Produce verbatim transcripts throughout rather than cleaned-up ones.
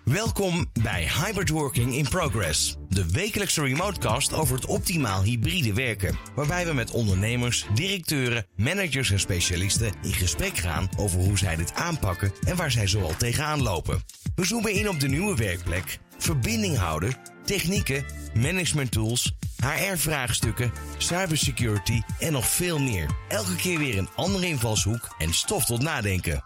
Welkom bij Hybrid Working in Progress, de wekelijkse remotecast over het optimaal hybride werken, waarbij we met ondernemers, directeuren, managers en specialisten in gesprek gaan over hoe zij dit aanpakken en waar zij zoal tegenaan lopen. We zoomen in op de nieuwe werkplek, verbinding houden, technieken, management tools, H R-vraagstukken, cybersecurity en nog veel meer. Elke keer weer een andere invalshoek en stof tot nadenken.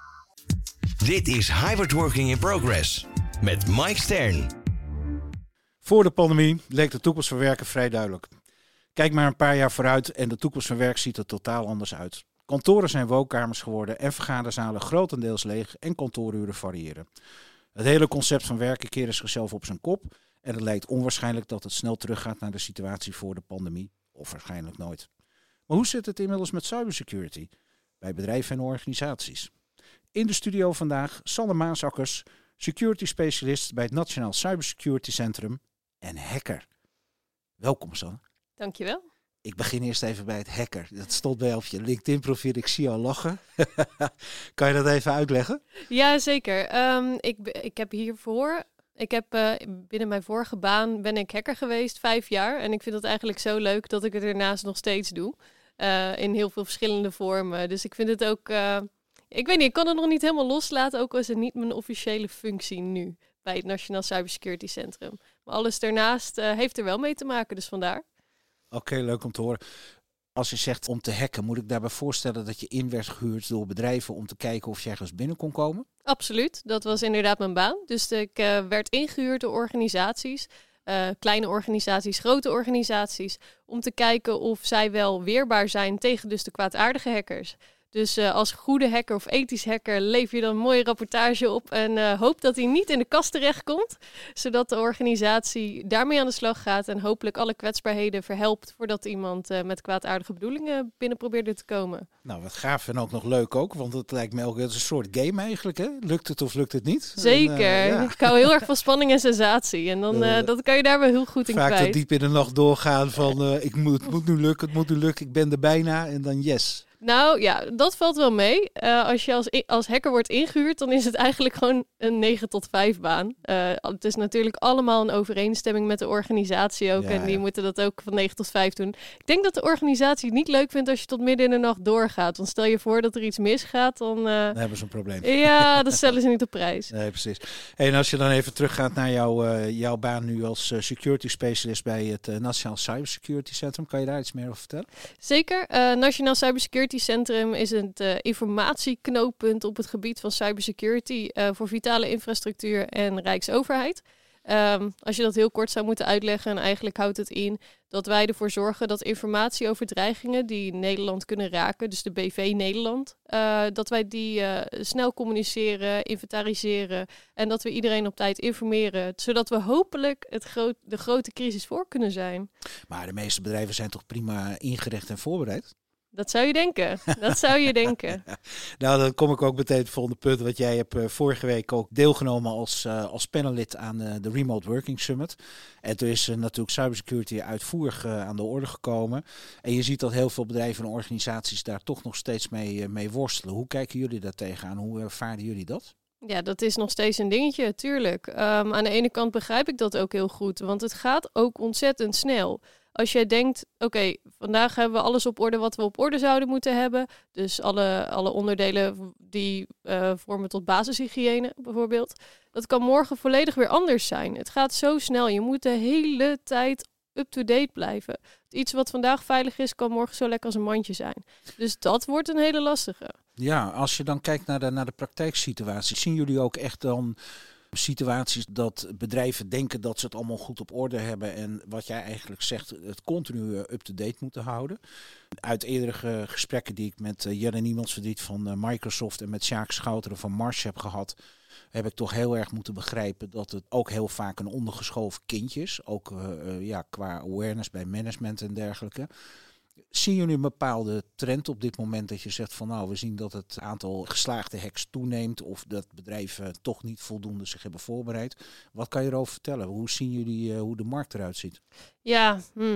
Dit is Hybrid Working in Progress met Mike Stern. Voor de pandemie leek de toekomst van werken vrij duidelijk. Kijk maar een paar jaar vooruit en de toekomst van werk ziet er totaal anders uit. Kantoren zijn woonkamers geworden en vergaderzalen grotendeels leeg en kantooruren variëren. Het hele concept van werken keerde zichzelf op zijn kop en het lijkt onwaarschijnlijk dat het snel teruggaat naar de situatie voor de pandemie, of waarschijnlijk nooit. Maar hoe zit het inmiddels met cybersecurity bij bedrijven en organisaties? In de studio vandaag Sanne Maasakkers, security specialist bij het Nationaal Cybersecurity Centrum en hacker. Welkom Sanne. Dankjewel. Ik begin eerst even bij het hacker. Dat stond bij op je LinkedIn profiel. Ik zie je al lachen. Kan je dat even uitleggen? Ja, zeker. Um, ik, ik heb hiervoor... Ik heb uh, binnen mijn vorige baan ben ik hacker geweest, vijf jaar. En ik vind het eigenlijk zo leuk dat ik het ernaast nog steeds doe. Uh, in heel veel verschillende vormen. Dus ik vind het ook... Uh, ik weet niet, ik kan het nog niet helemaal loslaten. Ook al is het niet mijn officiële functie nu bij het Nationaal Cybersecurity Centrum. Maar alles daarnaast uh, heeft er wel mee te maken, dus vandaar. Oké, okay, leuk om te horen. Als je zegt om te hacken, moet ik daarbij voorstellen dat je in werd gehuurd door bedrijven om te kijken of je ergens binnen kon komen? Absoluut, dat was inderdaad mijn baan. Dus ik uh, werd ingehuurd door organisaties, uh, kleine organisaties, grote organisaties, om te kijken of zij wel weerbaar zijn tegen dus de kwaadaardige hackers. Dus uh, als goede hacker of ethisch hacker lever je dan een mooie rapportage op en uh, hoop dat hij niet in de kast terechtkomt, zodat de organisatie daarmee aan de slag gaat en hopelijk alle kwetsbaarheden verhelpt voordat iemand uh, met kwaadaardige bedoelingen binnen probeerde te komen. Nou, wat gaaf en ook nog leuk ook, want het lijkt me elke keer een soort game eigenlijk, hè? Lukt het of lukt het niet? Zeker. En, uh, ja. Ik hou heel erg van spanning en sensatie en dan uh, dat kan je daar wel heel goed in vaak kwijt. Vaak diep in de nacht doorgaan van uh, ik moet, het moet nu lukken, het moet nu lukken, ik ben er bijna en dan yes. Nou ja, dat valt wel mee. Uh, als je als, als hacker wordt ingehuurd, dan is het eigenlijk gewoon een negen tot vijf baan. Uh, het is natuurlijk allemaal een overeenstemming met de organisatie ook. Ja, en die ja. moeten dat ook van negen tot vijf doen. Ik denk dat de organisatie het niet leuk vindt als je tot midden in de nacht doorgaat. Want stel je voor dat er iets misgaat, dan... Uh, dan hebben ze een probleem. Ja, dat stellen ze niet op prijs. Nee, precies. Hey, en als je dan even teruggaat naar jouw, uh, jouw baan nu als uh, security specialist bij het uh, Nationaal Cybersecurity Centrum. Kan je daar iets meer over vertellen? Zeker. Uh, Nationaal Cybersecurity Centrum is het uh, informatieknooppunt op het gebied van cybersecurity uh, voor vitale infrastructuur en Rijksoverheid. Um, als je dat heel kort zou moeten uitleggen, en eigenlijk houdt het in dat wij ervoor zorgen dat informatie over dreigingen die Nederland kunnen raken, dus de B V Nederland, uh, dat wij die uh, snel communiceren, inventariseren en dat we iedereen op tijd informeren, zodat we hopelijk het gro- de grote crisis voor kunnen zijn. Maar de meeste bedrijven zijn toch prima ingericht en voorbereid? Dat zou je denken. Dat zou je denken. Nou, dan kom ik ook meteen het volgende punt. Want jij hebt uh, vorige week ook deelgenomen als, uh, als panellid aan uh, de Remote Working Summit. En toen is uh, natuurlijk cybersecurity uitvoerig uh, aan de orde gekomen. En je ziet dat heel veel bedrijven en organisaties daar toch nog steeds mee, uh, mee worstelen. Hoe kijken jullie daar tegenaan? Hoe ervaren jullie dat? Ja, dat is nog steeds een dingetje, tuurlijk. Um, aan de ene kant begrijp ik dat ook heel goed. Want het gaat ook ontzettend snel. Als jij denkt, oké, okay, vandaag hebben we alles op orde wat we op orde zouden moeten hebben. Dus alle, alle onderdelen die uh, vormen tot basishygiëne bijvoorbeeld. Dat kan morgen volledig weer anders zijn. Het gaat zo snel. Je moet de hele tijd up-to-date blijven. Iets wat vandaag veilig is, kan morgen zo lekker als een mandje zijn. Dus dat wordt een hele lastige. Ja, als je dan kijkt naar de, naar de praktijksituatie, zien jullie ook echt dan situaties dat bedrijven denken dat ze het allemaal goed op orde hebben en wat jij eigenlijk zegt, het continu up-to-date moeten houden? Uit eerdere gesprekken die ik met Jelle Niemandsverdriet van Microsoft en met Sjaak Schouteren van Mars heb gehad, heb ik toch heel erg moeten begrijpen dat het ook heel vaak een ondergeschoven kindje is. Ook uh, uh, ja, qua awareness bij management en dergelijke. Zien jullie een bepaalde trend op dit moment dat je zegt van nou, we zien dat het aantal geslaagde hacks toeneemt of dat bedrijven toch niet voldoende zich hebben voorbereid? Wat kan je erover vertellen? Hoe zien jullie uh, hoe de markt eruit ziet? Ja, hmm.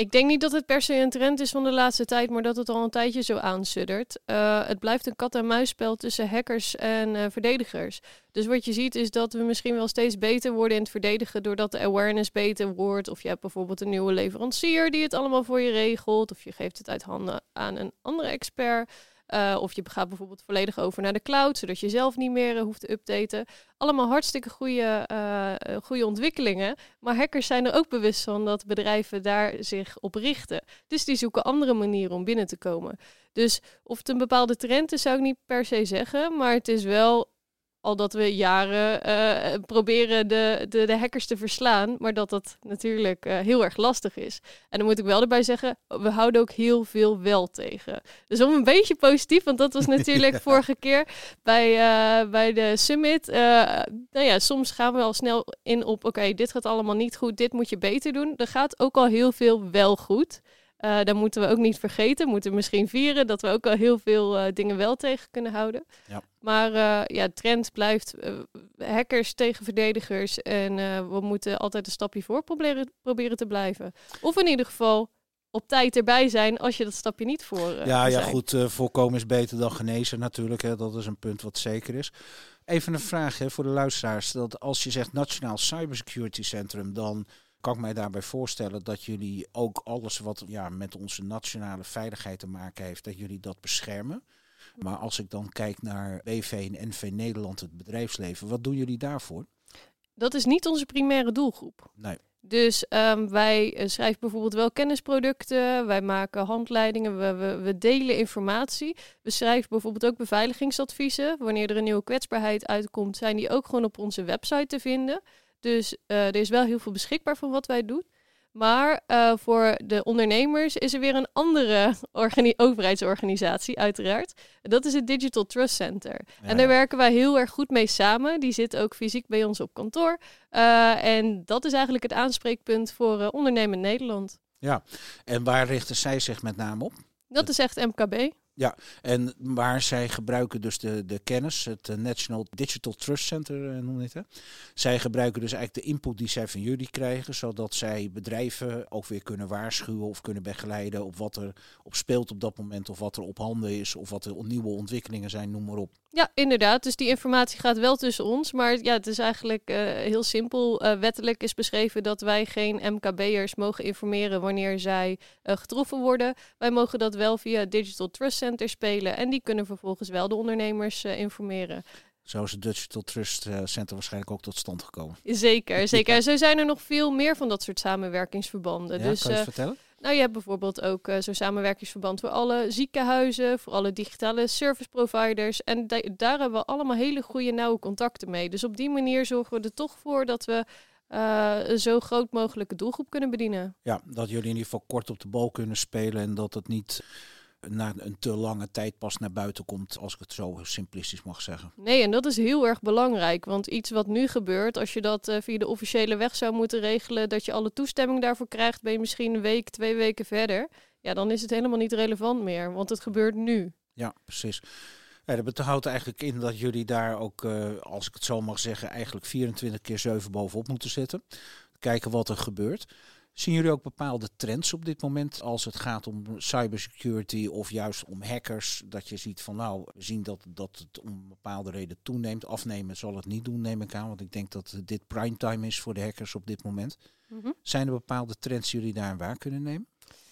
Ik denk niet dat het per se een trend is van de laatste tijd, maar dat het al een tijdje zo aansuddert. Uh, het blijft een kat-en-muisspel tussen hackers en uh, verdedigers. Dus wat je ziet is dat we misschien wel steeds beter worden in het verdedigen doordat de awareness beter wordt. Of je hebt bijvoorbeeld een nieuwe leverancier die het allemaal voor je regelt. Of je geeft het uit handen aan een andere expert. Uh, of je gaat bijvoorbeeld volledig over naar de cloud, zodat je zelf niet meer uh, hoeft te updaten. Allemaal hartstikke goede, uh, goede ontwikkelingen. Maar hackers zijn er ook bewust van dat bedrijven daar zich op richten. Dus die zoeken andere manieren om binnen te komen. Dus of het een bepaalde trend is, zou ik niet per se zeggen. Maar het is wel al dat we jaren uh, proberen de, de, de hackers te verslaan. Maar dat dat natuurlijk uh, heel erg lastig is. En dan moet ik wel erbij zeggen, we houden ook heel veel wel tegen. Dus om een beetje positief, want dat was natuurlijk ja. vorige keer bij, uh, bij de summit. Uh, nou ja, soms gaan we al snel in op, oké, okay, dit gaat allemaal niet goed, dit moet je beter doen. Er gaat ook al heel veel wel goed. Uh, dan moeten we ook niet vergeten, we moeten misschien vieren dat we ook al heel veel uh, dingen wel tegen kunnen houden. Ja. Maar uh, ja, de trend blijft uh, hackers tegen verdedigers en uh, we moeten altijd een stapje voor proberen, proberen te blijven. Of in ieder geval op tijd erbij zijn als je dat stapje niet voor uh, Ja, ja zijn. goed, uh, voorkomen is beter dan genezen natuurlijk. Hè. Dat is een punt wat zeker is. Even een vraag hè, voor de luisteraars. Dat als je zegt Nationaal Cybersecurity Centrum, dan kan ik mij daarbij voorstellen dat jullie ook alles wat ja, met onze nationale veiligheid te maken heeft, dat jullie dat beschermen. Maar als ik dan kijk naar B V en N V Nederland, het bedrijfsleven, wat doen jullie daarvoor? Dat is niet onze primaire doelgroep. Nee. Dus um, wij uh, schrijven bijvoorbeeld wel kennisproducten, wij maken handleidingen, we, we, we delen informatie. We schrijven bijvoorbeeld ook beveiligingsadviezen. Wanneer er een nieuwe kwetsbaarheid uitkomt, zijn die ook gewoon op onze website te vinden. Dus uh, er is wel heel veel beschikbaar van wat wij doen. Maar uh, voor de ondernemers is er weer een andere organi- overheidsorganisatie, uiteraard. Dat is het Digital Trust Center. Ja, en daar ja. werken wij heel erg goed mee samen. Die zit ook fysiek bij ons op kantoor. Uh, en dat is eigenlijk het aanspreekpunt voor uh, ondernemend Nederland. Ja, en waar richten zij zich met name op? Dat is echt M K B. Ja, en waar zij gebruiken dus de, de kennis, het uh, National Digital Trust Center uh, noem je het. Hè? Zij gebruiken dus eigenlijk de input die zij van jullie krijgen, zodat zij bedrijven ook weer kunnen waarschuwen of kunnen begeleiden op wat er op speelt op dat moment, of wat er op handen is, of wat er nieuwe ontwikkelingen zijn, noem maar op. Ja, inderdaad. Dus die informatie gaat wel tussen ons. Maar ja, het is eigenlijk uh, heel simpel. Uh, wettelijk is beschreven dat wij geen M K B'ers mogen informeren wanneer zij uh, getroffen worden. Wij mogen dat wel via Digital Trust Center spelen. En die kunnen vervolgens wel de ondernemers uh, informeren. Zo is het Digital Trust Center waarschijnlijk ook tot stand gekomen. Zeker, zeker. En zo zijn er nog veel meer van dat soort samenwerkingsverbanden. Ja, dus, kan je uh, vertellen? Nou, je hebt bijvoorbeeld ook uh, zo'n samenwerkingsverband voor alle ziekenhuizen, voor alle digitale service providers. En da- daar hebben we allemaal hele goede nauwe contacten mee. Dus op die manier zorgen we er toch voor dat we uh, een zo groot mogelijke doelgroep kunnen bedienen. Ja, dat jullie in ieder geval kort op de bal kunnen spelen en dat het niet na een te lange tijd pas naar buiten komt, als ik het zo simplistisch mag zeggen. Nee, en dat is heel erg belangrijk. Want iets wat nu gebeurt, als je dat uh, via de officiële weg zou moeten regelen, dat je alle toestemming daarvoor krijgt, ben je misschien een week, twee weken verder. Ja, dan is het helemaal niet relevant meer, want het gebeurt nu. Ja, precies. Ja, dat houdt eigenlijk in dat jullie daar ook, uh, als ik het zo mag zeggen, eigenlijk vierentwintig keer zeven bovenop moeten zitten. Kijken wat er gebeurt. Zien jullie ook bepaalde trends op dit moment als het gaat om cybersecurity of juist om hackers? Dat je ziet van nou, we zien dat, dat het om een bepaalde reden toeneemt. Afnemen zal het niet doen, neem ik aan. Want ik denk dat dit primetime is voor de hackers op dit moment. Mm-hmm. Zijn er bepaalde trends die jullie daar waar kunnen nemen?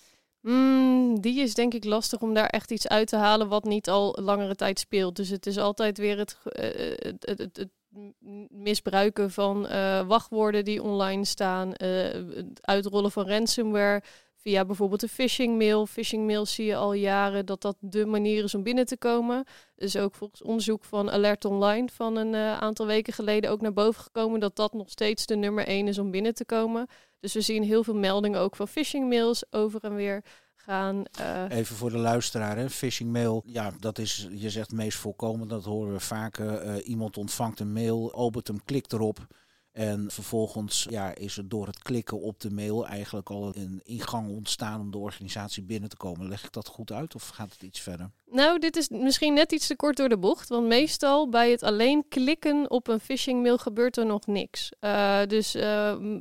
Mm, die is denk ik lastig om daar echt iets uit te halen wat niet al langere tijd speelt. Dus het is altijd weer het, uh, het, het, het, het misbruiken van uh, wachtwoorden die online staan, uh, het uitrollen van ransomware via bijvoorbeeld een phishing mail. Phishing mails zie je al jaren dat dat de manier is om binnen te komen. Dus ook volgens onderzoek van Alert Online van een uh, aantal weken geleden ook naar boven gekomen dat dat nog steeds de nummer één is om binnen te komen. Dus we zien heel veel meldingen ook van phishing mails over en weer gaan. Uh... Even voor de luisteraar, hè. Phishing mail, ja, dat is, je zegt meest voorkomend, dat horen we vaker. Uh, iemand ontvangt een mail, opent hem, klikt erop. En vervolgens ja, is er door het klikken op de mail eigenlijk al een ingang ontstaan om de organisatie binnen te komen. Leg ik dat goed uit of gaat het iets verder? Nou, dit is misschien net iets te kort door de bocht. Want meestal bij het alleen klikken op een phishing mail gebeurt er nog niks. Uh, dus uh,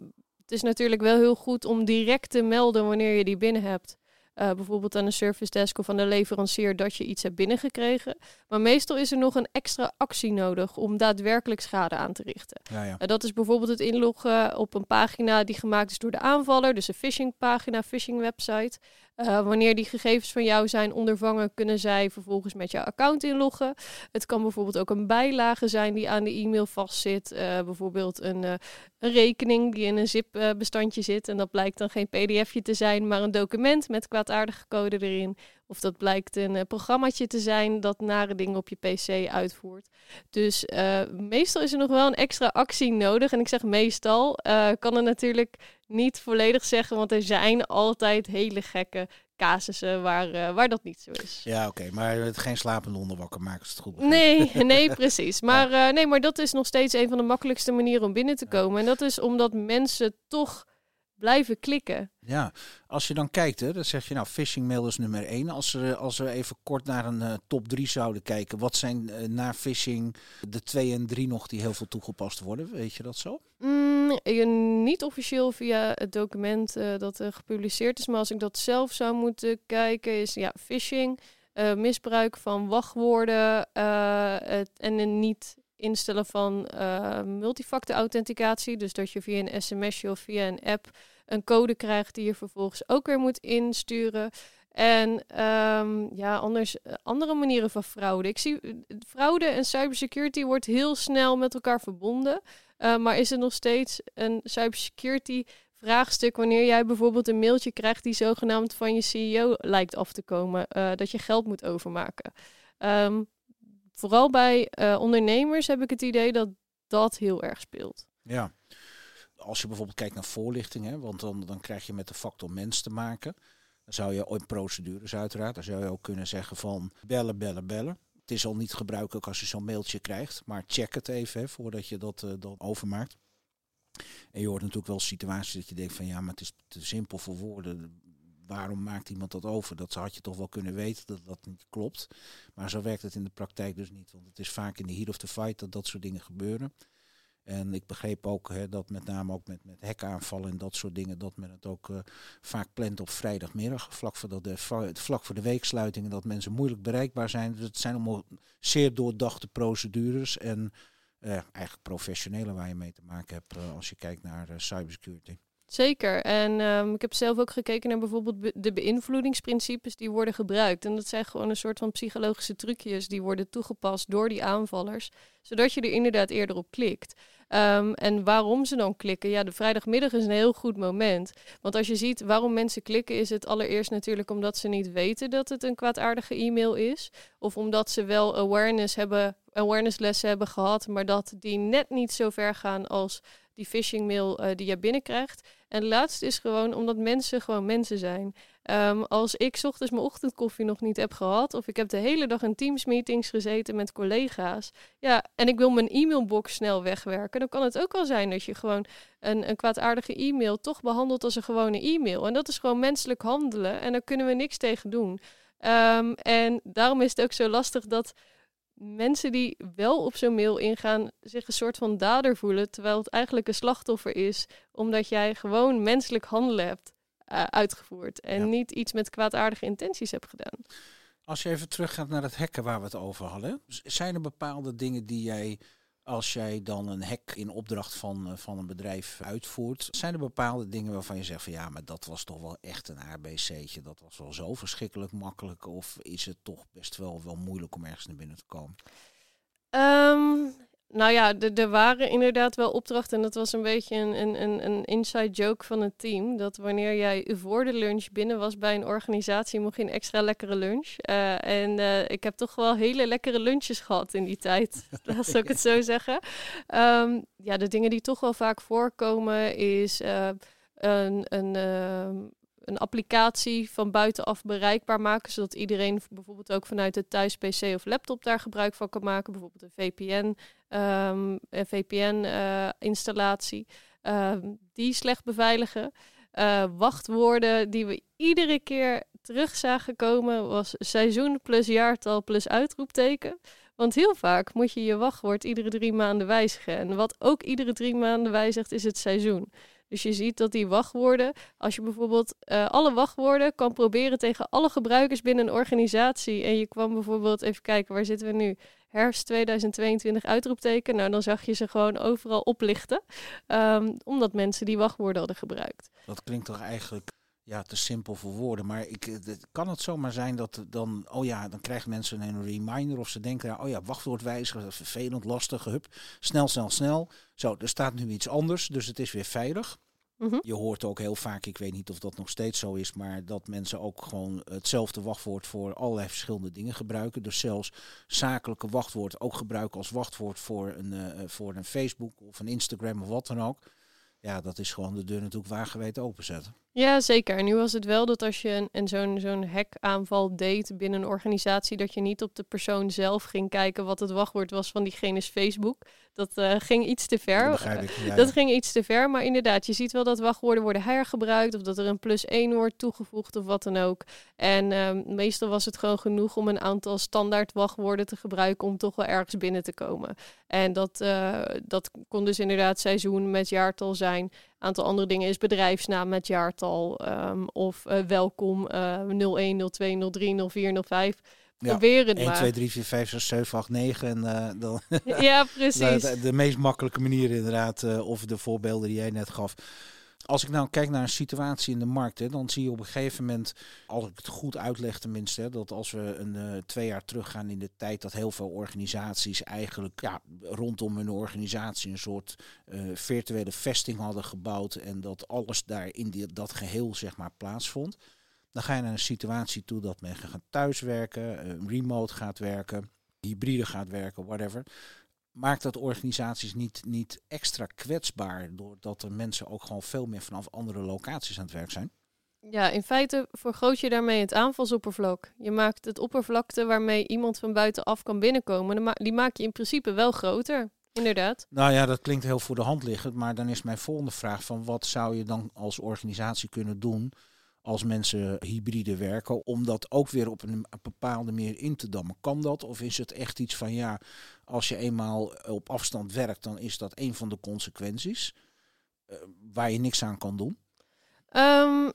Het is natuurlijk wel heel goed om direct te melden wanneer je die binnen hebt. Uh, bijvoorbeeld aan de service desk of aan de leverancier dat je iets hebt binnengekregen. Maar meestal is er nog een extra actie nodig om daadwerkelijk schade aan te richten. Ja, ja. Uh, dat is bijvoorbeeld het inloggen op een pagina die gemaakt is door de aanvaller. Dus een phishingpagina, phishing website. Uh, wanneer die gegevens van jou zijn ondervangen, kunnen zij vervolgens met jouw account inloggen. Het kan bijvoorbeeld ook een bijlage zijn die aan de e-mail vastzit. Uh, bijvoorbeeld een, uh, een rekening die in een zip-bestandje zit. En dat blijkt dan geen P D F'je te zijn, maar een document met kwaadaardige code erin. Of dat blijkt een uh, programmaatje te zijn dat nare dingen op je P C uitvoert. Dus uh, meestal is er nog wel een extra actie nodig. En ik zeg meestal, uh, kan het natuurlijk niet volledig zeggen, want er zijn altijd hele gekke casussen waar, uh, waar dat niet zo is. Ja, oké, okay, maar het geen slapende honden wakker maken is het goed. Nee, nee, precies. Maar, uh, nee, maar dat is nog steeds een van de makkelijkste manieren om binnen te komen. En dat is omdat mensen toch blijven klikken. Ja, als je dan kijkt, hè, dan zeg je nou, phishing mail is nummer één. Als we, als we even kort naar een uh, top drie zouden kijken, wat zijn uh, na phishing de twee en drie nog die heel veel toegepast worden? Weet je dat zo? Mm, niet officieel via het document uh, dat uh, gepubliceerd is, maar als ik dat zelf zou moeten kijken, is ja, phishing, uh, misbruik van wachtwoorden uh, het, en een niet instellen van uh, multifactor authenticatie. Dus dat je via een sms'je of via een app een code krijgt die je vervolgens ook weer moet insturen. En um, ja, anders uh, andere manieren van fraude. Ik zie uh, fraude en cybersecurity wordt heel snel met elkaar verbonden. Uh, maar is er nog steeds een cybersecurity vraagstuk wanneer jij bijvoorbeeld een mailtje krijgt die zogenaamd van je C E O lijkt af te komen, uh, dat je geld moet overmaken. Um, Vooral bij uh, ondernemers heb ik het idee dat dat heel erg speelt. Ja, als je bijvoorbeeld kijkt naar voorlichting, hè, want dan, dan krijg je met de factor mens te maken. Dan zou je ooit procedures uiteraard, dan zou je ook kunnen zeggen van bellen, bellen, bellen. Het is al niet gebruikelijk als je zo'n mailtje krijgt, maar check het even hè, voordat je dat uh, dan overmaakt. En je hoort natuurlijk wel situaties dat je denkt van ja, maar het is te simpel voor woorden. Waarom maakt iemand dat over? Dat had je toch wel kunnen weten dat dat niet klopt. Maar zo werkt het in de praktijk dus niet. Want het is vaak in de heat of the fight dat dat soort dingen gebeuren. En ik begreep ook hè, dat met name ook met, met hackaanvallen en dat soort dingen, dat men het ook uh, vaak plant op vrijdagmiddag, vlak voor, de, vlak voor de weeksluiting, en dat mensen moeilijk bereikbaar zijn. Dus het zijn allemaal zeer doordachte procedures en uh, eigenlijk professionele waar je mee te maken hebt uh, als je kijkt naar uh, cybersecurity. Zeker. En um, ik heb zelf ook gekeken naar bijvoorbeeld be- de beïnvloedingsprincipes die worden gebruikt. En dat zijn gewoon een soort van psychologische trucjes die worden toegepast door die aanvallers, zodat je er inderdaad eerder op klikt. Um, en waarom ze dan klikken? Ja, de vrijdagmiddag is een heel goed moment. Want als je ziet waarom mensen klikken, is het allereerst natuurlijk omdat ze niet weten dat het een kwaadaardige e-mail is. Of omdat ze wel awareness hebben, awarenesslessen hebben gehad, maar dat die net niet zo ver gaan als die phishing mail uh, die je binnenkrijgt. En het laatste is gewoon omdat mensen gewoon mensen zijn. Um, als ik 's ochtends mijn ochtendkoffie nog niet heb gehad, of ik heb de hele dag in Teams meetings gezeten met collega's, ja, en ik wil mijn e-mailbox snel wegwerken, dan kan het ook wel zijn dat je gewoon een, een kwaadaardige e-mail toch behandelt als een gewone e-mail. En dat is gewoon menselijk handelen en daar kunnen we niks tegen doen. Um, en daarom is het ook zo lastig dat mensen die wel op zo'n mail ingaan zich een soort van dader voelen, terwijl het eigenlijk een slachtoffer is, omdat jij gewoon menselijk handelen hebt uh, uitgevoerd en ja. niet iets met kwaadaardige intenties hebt gedaan. Als je even teruggaat naar het hacken waar we het over hadden, zijn er bepaalde dingen die jij, als jij dan een hack in opdracht van, van een bedrijf uitvoert, zijn er bepaalde dingen waarvan je zegt van ja, maar dat was toch wel echt een A B C'tje, dat was wel zo verschrikkelijk makkelijk, of is het toch best wel, wel moeilijk om ergens naar binnen te komen? Um, nou ja, er waren inderdaad wel opdrachten en dat was een beetje een, een, een inside joke van het team, dat wanneer jij voor de lunch binnen was bij een organisatie, mocht je een extra lekkere lunch. Uh, en uh, ik heb toch wel hele lekkere lunches gehad in die tijd, zou ik het zo zeggen. Um, ja, de dingen die toch wel vaak voorkomen is uh, een... een uh, een applicatie van buitenaf bereikbaar maken, zodat iedereen bijvoorbeeld ook vanuit de thuis P C of laptop daar gebruik van kan maken. Bijvoorbeeld een V P N, um, een V P N-installatie. Uh, um, die slecht beveiligen. Uh, wachtwoorden die we iedere keer terug zagen komen was seizoen plus jaartal plus uitroepteken. Want heel vaak moet je je wachtwoord iedere drie maanden wijzigen. En wat ook iedere drie maanden wijzigt is het seizoen. Dus je ziet dat die wachtwoorden, als je bijvoorbeeld uh, alle wachtwoorden kan proberen tegen alle gebruikers binnen een organisatie. En je kwam bijvoorbeeld, even kijken, waar zitten we nu? Herfst tweeduizend tweeëntwintig uitroepteken. Nou, dan zag je ze gewoon overal oplichten. Um, omdat mensen die wachtwoorden hadden gebruikt. Dat klinkt toch eigenlijk ja, te simpel voor woorden. Maar ik, het, kan het zomaar zijn dat dan, oh ja, dan krijgen mensen een reminder of ze denken, oh ja, wachtwoord wijzigen, dat is vervelend, lastig, hup, snel, snel, snel. Zo, er staat nu iets anders, dus het is weer veilig. Mm-hmm. Je hoort ook heel vaak, ik weet niet of dat nog steeds zo is, maar dat mensen ook gewoon hetzelfde wachtwoord voor allerlei verschillende dingen gebruiken. Dus zelfs zakelijke wachtwoord ook gebruiken als wachtwoord voor een, uh, voor een Facebook of een Instagram of wat dan ook. Ja, dat is gewoon de deur natuurlijk wagenwijd openzetten. Ja, zeker. En nu was het wel dat als je een, en zo'n, zo'n hackaanval deed binnen een organisatie, dat je niet op de persoon zelf ging kijken wat het wachtwoord was van diegene's Facebook. Dat uh, ging iets te ver. Dat begrijp ik. Ja, dat ja. ging iets te ver, maar inderdaad, je ziet wel dat wachtwoorden worden hergebruikt of dat er een plus één wordt toegevoegd of wat dan ook. En uh, meestal was het gewoon genoeg om een aantal standaard wachtwoorden te gebruiken om toch wel ergens binnen te komen. En dat, uh, dat kon dus inderdaad seizoen met jaartal zijn. Een aantal andere dingen is bedrijfsnaam met jaartal um, of uh, welkom uh, nul één, nul twee, nul drie, nul vier, nul vijf. Probeer het ja, maar. één, twee, drie, vier, vijf, zes, zeven, acht, negen. En, uh, dan ja, precies. de, de meest makkelijke manier inderdaad, uh, of de voorbeelden die jij net gaf. Als ik nou kijk naar een situatie in de markt, hè, dan zie je op een gegeven moment, als ik het goed uitleg tenminste, hè, dat als we een uh, twee jaar teruggaan in de tijd, dat heel veel organisaties eigenlijk ja, rondom hun organisatie een soort uh, virtuele vesting hadden gebouwd en dat alles daar in die, dat geheel zeg maar plaatsvond. Dan ga je naar een situatie toe dat men gaat thuiswerken, uh, remote gaat werken, hybride gaat werken, whatever. Maakt dat organisaties niet, niet extra kwetsbaar doordat er mensen ook gewoon veel meer vanaf andere locaties aan het werk zijn? Ja, in feite vergroot je daarmee het aanvalsoppervlak. Je maakt het oppervlakte waarmee iemand van buitenaf kan binnenkomen, die maak je in principe wel groter. Inderdaad. Nou ja, dat klinkt heel voor de hand liggend, maar dan is mijn volgende vraag van wat zou je dan als organisatie kunnen doen als mensen hybride werken, om dat ook weer op een bepaalde manier in te dammen? Kan dat? Of is het echt iets van ja, als je eenmaal op afstand werkt, dan is dat een van de consequenties uh, waar je niks aan kan doen? Um,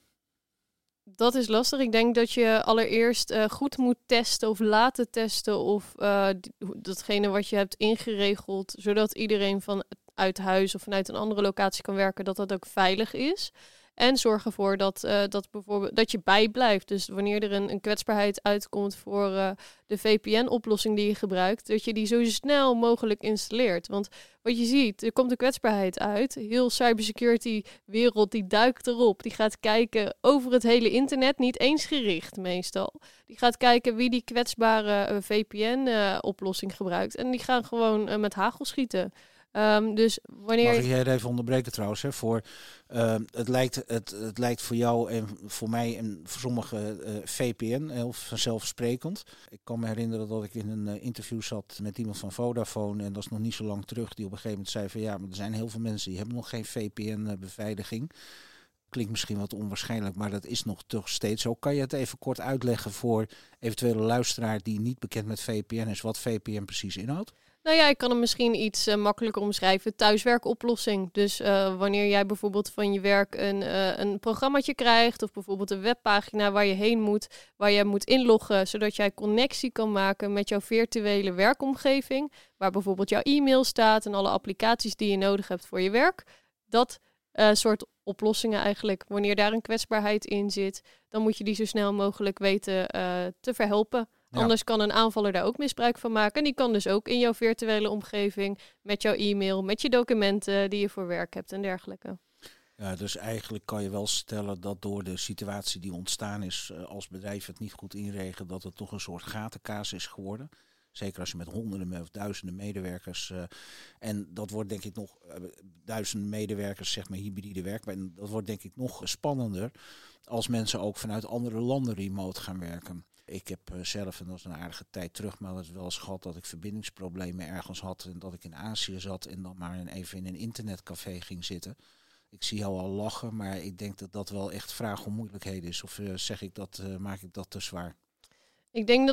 dat is lastig. Ik denk dat je allereerst uh, goed moet testen of laten testen of uh, datgene wat je hebt ingeregeld, zodat iedereen vanuit huis of vanuit een andere locatie kan werken, dat dat ook veilig is. En zorg ervoor dat, uh, dat, bijvoorbeeld, dat je bijblijft. Dus wanneer er een, een kwetsbaarheid uitkomt voor uh, de V P N-oplossing die je gebruikt, dat je die zo snel mogelijk installeert. Want wat je ziet, er komt een kwetsbaarheid uit. Heel cybersecurity-wereld die duikt erop. Die gaat kijken over het hele internet, niet eens gericht meestal. Die gaat kijken wie die kwetsbare uh, V P N-oplossing uh, gebruikt. En die gaan gewoon uh, met hagel schieten. Um, dus wanneer... Mag ik jij even onderbreken trouwens? Hè? Voor, uh, het, lijkt, het, het lijkt voor jou en voor mij en voor sommigen uh, V P N heel vanzelfsprekend. Ik kan me herinneren dat ik in een uh, interview zat met iemand van Vodafone en dat is nog niet zo lang terug, die op een gegeven moment zei van ja, maar er zijn heel veel mensen die hebben nog geen V P N-beveiliging. Klinkt misschien wat onwaarschijnlijk, maar dat is nog toch steeds zo. Kan je het even kort uitleggen voor eventuele luisteraar die niet bekend met V P N is, wat V P N precies inhoudt? Nou ja, ik kan hem misschien iets uh, makkelijker omschrijven. Thuiswerkoplossing. Dus uh, wanneer jij bijvoorbeeld van je werk een, uh, een programmaatje krijgt, of bijvoorbeeld een webpagina waar je heen moet, waar je moet inloggen, zodat jij connectie kan maken met jouw virtuele werkomgeving, waar bijvoorbeeld jouw e-mail staat en alle applicaties die je nodig hebt voor je werk. Dat uh, soort oplossingen eigenlijk. Wanneer daar een kwetsbaarheid in zit, dan moet je die zo snel mogelijk weten uh, te verhelpen. Ja. Anders kan een aanvaller daar ook misbruik van maken. En die kan dus ook in jouw virtuele omgeving, met jouw e-mail, met je documenten die je voor werk hebt en dergelijke. Ja, dus eigenlijk kan je wel stellen dat door de situatie die ontstaan is, als bedrijf het niet goed inregelen, dat het toch een soort gatenkaas is geworden. Zeker als je met honderden of duizenden medewerkers, uh, en dat wordt denk ik nog, uh, duizenden medewerkers, zeg maar hybride werk, en dat wordt denk ik nog spannender als mensen ook vanuit andere landen remote gaan werken. Ik heb uh, zelf, en dat is een aardige tijd terug, maar dat is wel eens gehad dat ik verbindingsproblemen ergens had en dat ik in Azië zat en dan maar even in een internetcafé ging zitten. Ik zie jou al lachen, maar ik denk dat dat wel echt vraag om moeilijkheden is. Of uh, zeg ik dat, uh, maak ik dat te zwaar? Ik denk dat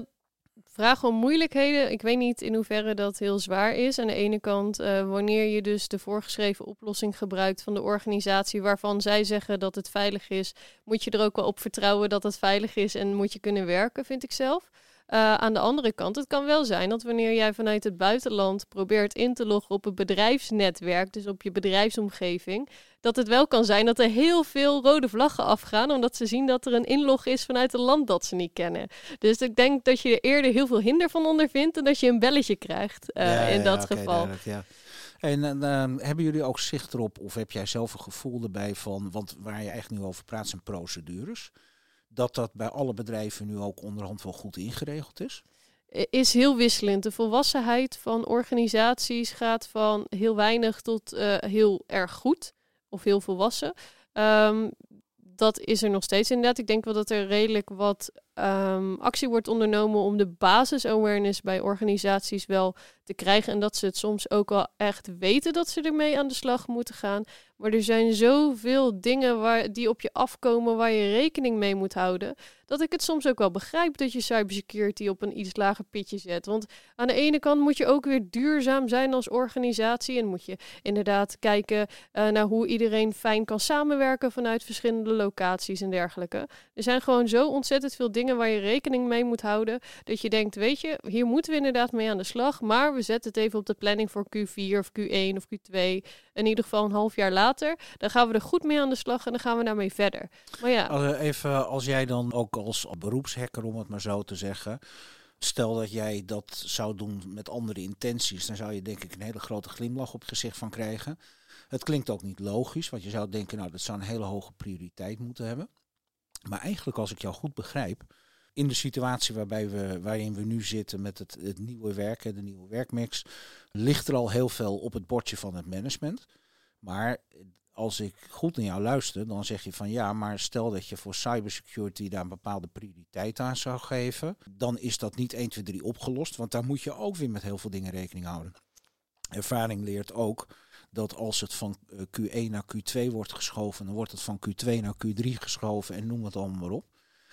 Vragen om moeilijkheden. Ik weet niet in hoeverre dat heel zwaar is. Aan de ene kant, uh, wanneer je dus de voorgeschreven oplossing gebruikt van de organisatie waarvan zij zeggen dat het veilig is, moet je er ook wel op vertrouwen dat het veilig is en moet je kunnen werken, vind ik zelf. Uh, aan de andere kant, het kan wel zijn dat wanneer jij vanuit het buitenland probeert in te loggen op een bedrijfsnetwerk, dus op je bedrijfsomgeving, dat het wel kan zijn dat er heel veel rode vlaggen afgaan, omdat ze zien dat er een inlog is vanuit een land dat ze niet kennen. Dus ik denk dat je er eerder heel veel hinder van ondervindt en dat je een belletje krijgt uh, ja, in ja, dat okay, geval. Ja. En uh, hebben jullie ook zicht erop, of heb jij zelf een gevoel erbij van, want waar je eigenlijk nu over praat zijn procedures, dat dat bij alle bedrijven nu ook onderhand wel goed ingeregeld is? Is heel wisselend. De volwassenheid van organisaties gaat van heel weinig tot uh, heel erg goed. Of heel volwassen. Um, dat is er nog steeds inderdaad. Ik denk wel dat er redelijk wat um, actie wordt ondernomen om de basis-awareness bij organisaties wel te krijgen. En dat ze het soms ook wel echt weten dat ze ermee aan de slag moeten gaan. Maar er zijn zoveel dingen waar, die op je afkomen waar je rekening mee moet houden, dat ik het soms ook wel begrijp dat je cybersecurity op een iets lager pitje zet. Want aan de ene kant moet je ook weer duurzaam zijn als organisatie en moet je inderdaad kijken uh, naar hoe iedereen fijn kan samenwerken vanuit verschillende locaties en dergelijke. Er zijn gewoon zo ontzettend veel dingen waar je rekening mee moet houden, dat je denkt, weet je, hier moeten we inderdaad mee aan de slag, maar we zetten het even op de planning voor Q vier of Q één of Q twee, in ieder geval een half jaar later. Dan gaan we er goed mee aan de slag en dan gaan we daarmee verder. Maar ja. Even als jij dan ook als beroepshacker, om het maar zo te zeggen, stel dat jij dat zou doen met andere intenties, dan zou je denk ik een hele grote glimlach op het gezicht van krijgen. Het klinkt ook niet logisch, want je zou denken, nou dat zou een hele hoge prioriteit moeten hebben. Maar eigenlijk, als ik jou goed begrijp, in de situatie waarbij we, waarin we nu zitten met het, het nieuwe werken, de nieuwe werkmix, ligt er al heel veel op het bordje van het management. Maar als ik goed naar jou luister, dan zeg je van ja, maar stel dat je voor cybersecurity daar een bepaalde prioriteit aan zou geven, dan is dat niet één, twee, drie opgelost, want daar moet je ook weer met heel veel dingen rekening houden. Ervaring leert ook dat als het van Q één naar Q twee wordt geschoven, dan wordt het van Q twee naar Q drie geschoven en noem het allemaal maar op.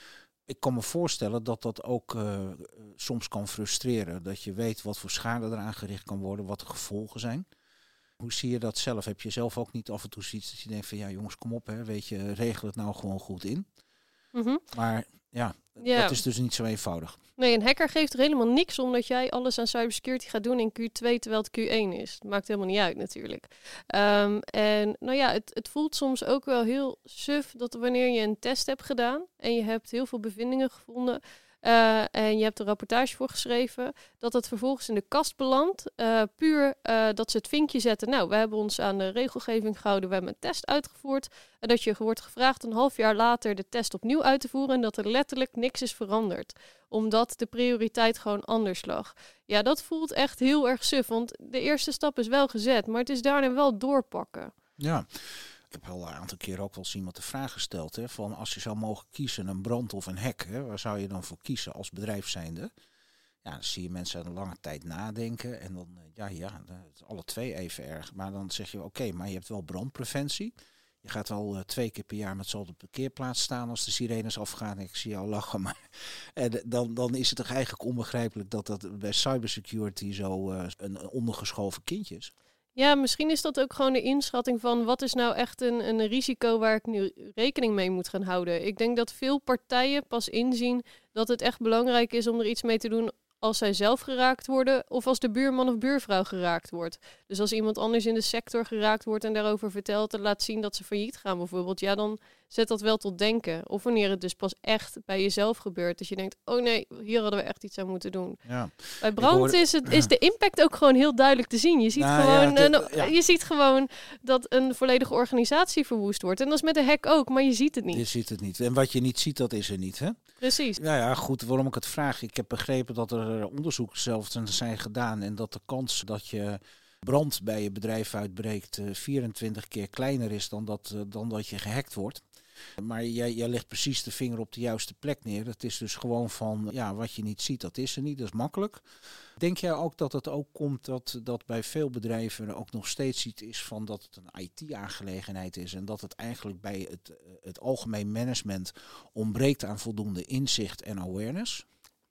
Ik kan me voorstellen dat dat ook uh, soms kan frustreren. Dat je weet wat voor schade eraan gericht kan worden, wat de gevolgen zijn. Hoe zie je dat zelf? Heb je zelf ook niet af en toe zoiets dat je denkt van ja jongens, kom op, hè, weet je, regel het nou gewoon goed in. Mm-hmm. Maar ja, ja, dat is dus niet zo eenvoudig. Nee, een hacker geeft er helemaal niks om dat jij alles aan cybersecurity gaat doen in Q twee terwijl het Q één is. Dat maakt helemaal niet uit natuurlijk. Um, en nou ja, het, het voelt soms ook wel heel suf dat wanneer je een test hebt gedaan en je hebt heel veel bevindingen gevonden, Uh, en je hebt een rapportage voor geschreven, dat het vervolgens in de kast belandt. Uh, puur uh, dat ze het vinkje zetten. Nou, we hebben ons aan de regelgeving gehouden, we hebben een test uitgevoerd. En dat je wordt gevraagd een half jaar later de test opnieuw uit te voeren en dat er letterlijk niks is veranderd. Omdat de prioriteit gewoon anders lag. Ja, dat voelt echt heel erg suf, want de eerste stap is wel gezet, maar het is daarna wel doorpakken. Ja. Ik heb al een aantal keer ook wel eens iemand de vraag gesteld, hè, van als je zou mogen kiezen een brand of een hack, hè, waar zou je dan voor kiezen als bedrijf zijnde? Ja, dan zie je mensen een lange tijd nadenken en dan, ja, ja, alle twee even erg. Maar dan zeg je, oké, okay, maar je hebt wel brandpreventie. Je gaat wel uh, twee keer per jaar met z'n allen op de parkeerplaats staan als de sirenes afgaan. Ik zie jou lachen, maar en dan, dan is het toch eigenlijk onbegrijpelijk dat dat bij cybersecurity zo uh, een ondergeschoven kindje is. Ja, misschien is dat ook gewoon de inschatting van wat is nou echt een, een risico waar ik nu rekening mee moet gaan houden. Ik denk dat veel partijen pas inzien dat het echt belangrijk is om er iets mee te doen als zij zelf geraakt worden of als de buurman of buurvrouw geraakt wordt. Dus als iemand anders in de sector geraakt wordt en daarover vertelt en laat zien dat ze failliet gaan bijvoorbeeld, ja, dan zet dat wel tot denken. Of wanneer het dus pas echt bij jezelf gebeurt, dat je denkt, oh nee, hier hadden we echt iets aan moeten doen. Ja. Bij brand hoorde, is, het, is de impact ook gewoon heel duidelijk te zien. Je ziet, nou, gewoon, ja, de, ja. je ziet gewoon dat een volledige organisatie verwoest wordt. En dat is met de hack ook, maar je ziet het niet. Je ziet het niet. En wat je niet ziet, dat is er niet, hè? Precies. Ja, ja, goed, waarom ik het vraag. Ik heb begrepen dat er onderzoeken zelfs zijn gedaan en dat de kans dat je brand bij je bedrijf uitbreekt uh, vierentwintig keer kleiner is dan dat, uh, dan dat je gehackt wordt. Maar jij, jij legt precies de vinger op de juiste plek neer. Het is dus gewoon van, ja, wat je niet ziet, dat is er niet. Dat is makkelijk. Denk jij ook dat het ook komt dat, dat bij veel bedrijven er ook nog steeds iets is van dat het een I T-aangelegenheid is en dat het eigenlijk bij het, het algemeen management ontbreekt aan voldoende inzicht en awareness?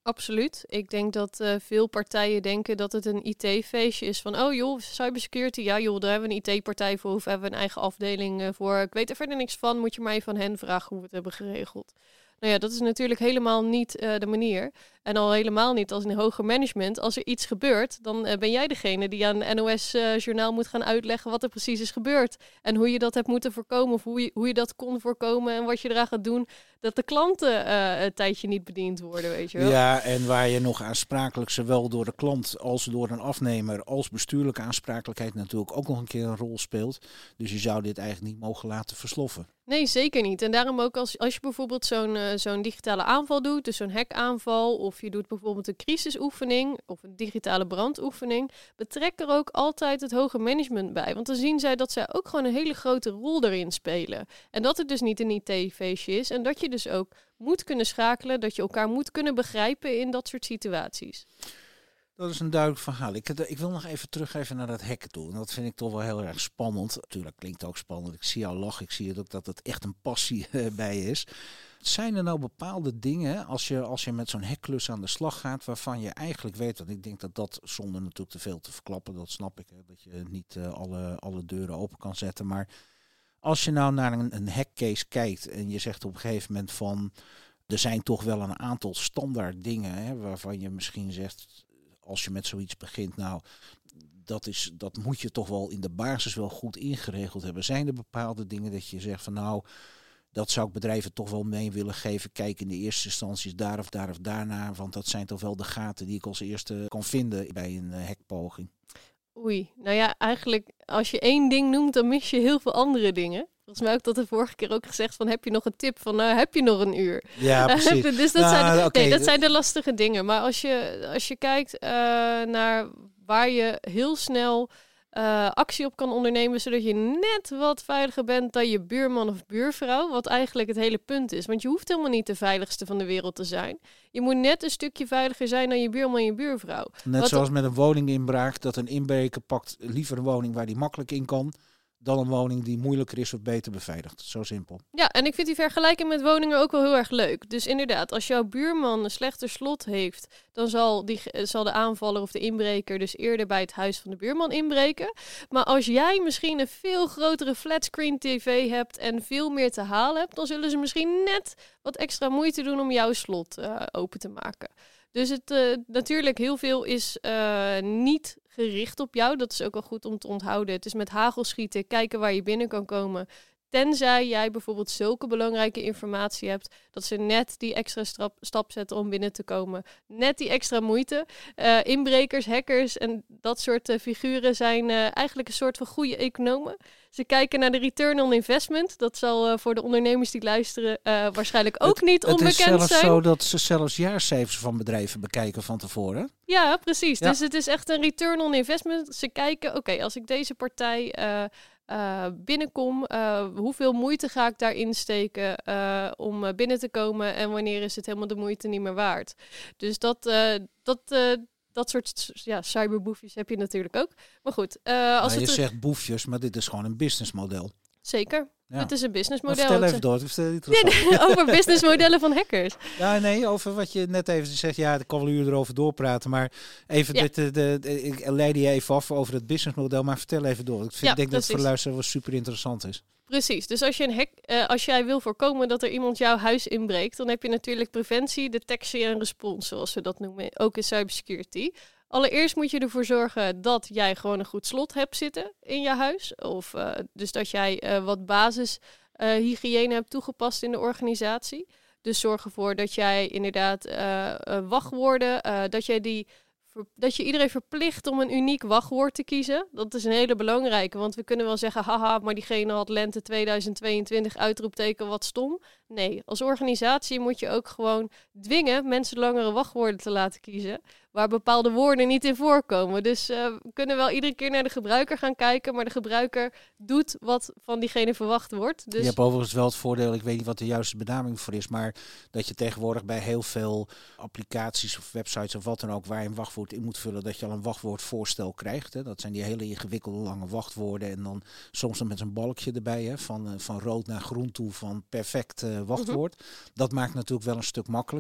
Absoluut. Ik denk dat uh, veel partijen denken dat het een I T-feestje is. Van, oh joh, cybersecurity, ja joh, daar hebben we een I T-partij voor. Of hebben we een eigen afdeling uh, voor. Ik weet er verder niks van, moet je maar even van hen vragen hoe we het hebben geregeld. Nou ja, dat is natuurlijk helemaal niet uh, de manier. En al helemaal niet als in hoger management. Als er iets gebeurt, dan uh, ben jij degene die aan N O S-journaal uh, moet gaan uitleggen wat er precies is gebeurd. En hoe je dat hebt moeten voorkomen. Of hoe je, hoe je dat kon voorkomen en wat je eraan gaat doen. Dat de klanten uh, een tijdje niet bediend worden, weet je wel. Ja, en waar je nog aansprakelijk, zowel door de klant als door een afnemer, als bestuurlijke aansprakelijkheid natuurlijk ook nog een keer een rol speelt. Dus je zou dit eigenlijk niet mogen laten versloffen. Nee, zeker niet. En daarom ook als, als je bijvoorbeeld zo'n, uh, zo'n digitale aanval doet, dus zo'n hackaanval, of je doet bijvoorbeeld een crisisoefening of een digitale brandoefening, betrek er ook altijd het hoger management bij. Want dan zien zij dat zij ook gewoon een hele grote rol erin spelen. En dat het dus niet een I T-feestje is en dat je dus ook moet kunnen schakelen, dat je elkaar moet kunnen begrijpen in dat soort situaties. Dat is een duidelijk verhaal. Ik, ik wil nog even teruggeven naar dat hacken toe. En dat vind ik toch wel heel erg spannend. Natuurlijk klinkt het ook spannend. Ik zie jou lachen. Ik zie het ook dat het echt een passie uh, bij je is. Zijn er nou bepaalde dingen, als je, als je met zo'n hackklus aan de slag gaat, waarvan je eigenlijk weet, want ik denk dat dat zonder natuurlijk te veel te verklappen, dat snap ik, hè, dat je niet uh, alle, alle deuren open kan zetten. Maar als je nou naar een, een hackcase kijkt en je zegt op een gegeven moment van, er zijn toch wel een aantal standaard dingen, hè, waarvan je misschien zegt, als je met zoiets begint, nou, dat, is, dat moet je toch wel in de basis wel goed ingeregeld hebben. Zijn er bepaalde dingen dat je zegt van nou, dat zou ik bedrijven toch wel mee willen geven. Kijk in de eerste instanties daar of daar of daarna. Want dat zijn toch wel de gaten die ik als eerste kan vinden bij een uh, hackpoging. Oei, nou ja, eigenlijk als je één ding noemt, dan mis je heel veel andere dingen. Volgens mij heb ik dat de vorige keer ook gezegd van, heb je nog een tip van, nou heb je nog een uur? Ja, precies. dus dat, nou, zijn de, okay. nee, dat zijn de lastige dingen. Maar als je, als je kijkt uh, naar waar je heel snel uh, actie op kan ondernemen, zodat je net wat veiliger bent dan je buurman of buurvrouw, wat eigenlijk het hele punt is. Want je hoeft helemaal niet de veiligste van de wereld te zijn. Je moet net een stukje veiliger zijn dan je buurman en je buurvrouw. Net wat zoals met een woninginbraak, dat een inbreker pakt liever een woning waar die makkelijk in kan, dan een woning die moeilijker is of beter beveiligd. Zo simpel. Ja, en ik vind die vergelijking met woningen ook wel heel erg leuk. Dus inderdaad, als jouw buurman een slechter slot heeft, dan zal, die, zal de aanvaller of de inbreker dus eerder bij het huis van de buurman inbreken. Maar als jij misschien een veel grotere flatscreen tv hebt en veel meer te halen hebt, dan zullen ze misschien net wat extra moeite doen om jouw slot uh, open te maken. Dus het uh, natuurlijk heel veel is uh, niet gericht op jou. Dat is ook wel goed om te onthouden. Het is met hagel schieten, kijken waar je binnen kan komen. Tenzij jij bijvoorbeeld zulke belangrijke informatie hebt, dat ze net die extra stap, stap zetten om binnen te komen. Net die extra moeite. Uh, inbrekers, hackers en dat soort uh, figuren zijn uh, eigenlijk een soort van goede economen. Ze kijken naar de return on investment. Dat zal uh, voor de ondernemers die luisteren uh, waarschijnlijk ook het, niet onbekend zijn. Het is zelfs zijn. zo dat ze zelfs jaarcijfers van bedrijven bekijken van tevoren. Ja, precies. Ja. Dus het is echt een return on investment. Ze kijken, oké, okay, als ik deze partij uh, uh, binnenkom, uh, hoeveel moeite ga ik daarin steken uh, om uh, binnen te komen en wanneer is het helemaal de moeite niet meer waard. Dus dat... Uh, dat uh, Dat soort ja, cyberboefjes heb je natuurlijk ook. Maar goed. Uh, als nou, je het zegt boefjes, maar dit is gewoon een businessmodel. Zeker. Ja. Het is een businessmodel. Maar vertel even door. Vertel nee, nee, over businessmodellen van hackers. Ja, nee, over wat je net even zegt. Ja, ik kan wel uur erover doorpraten. Maar even, ja. dit, de, de, de, ik leidde je even af over het businessmodel. Maar vertel even door. Ik vind, ja, denk dat het voor de luisteraar wel super interessant is. Precies. Dus als, je een hack, uh, als jij wil voorkomen dat er iemand jouw huis inbreekt, dan heb je natuurlijk preventie, detectie en respons, zoals we dat noemen, ook in cybersecurity. Allereerst moet je ervoor zorgen dat jij gewoon een goed slot hebt zitten in je huis. Of uh, dus dat jij uh, wat basis uh, hygiëne hebt toegepast in de organisatie. Dus zorg ervoor dat jij inderdaad uh, uh, wachtwoorden, uh, dat jij die dat je iedereen verplicht om een uniek wachtwoord te kiezen. Dat is een hele belangrijke, want we kunnen wel zeggen, haha, maar diegene had lente tweeduizend tweeëntwintig, uitroepteken, wat stom. Nee, als organisatie moet je ook gewoon dwingen mensen langere wachtwoorden te laten kiezen, waar bepaalde woorden niet in voorkomen. Dus uh, we kunnen wel iedere keer naar de gebruiker gaan kijken, maar de gebruiker doet wat van diegene verwacht wordt. Dus... Je hebt overigens wel het voordeel, ik weet niet wat de juiste benaming voor is, maar dat je tegenwoordig bij heel veel applicaties of websites of wat dan ook, waar je een wachtwoord in moet vullen, dat je al een wachtwoordvoorstel krijgt. Hè. Dat zijn die hele ingewikkelde lange wachtwoorden en dan soms dan met een balkje erbij, hè, van, uh, van rood naar groen toe, van perfect uh, wachtwoord. Mm-hmm. Dat maakt natuurlijk wel een stuk makkelijker.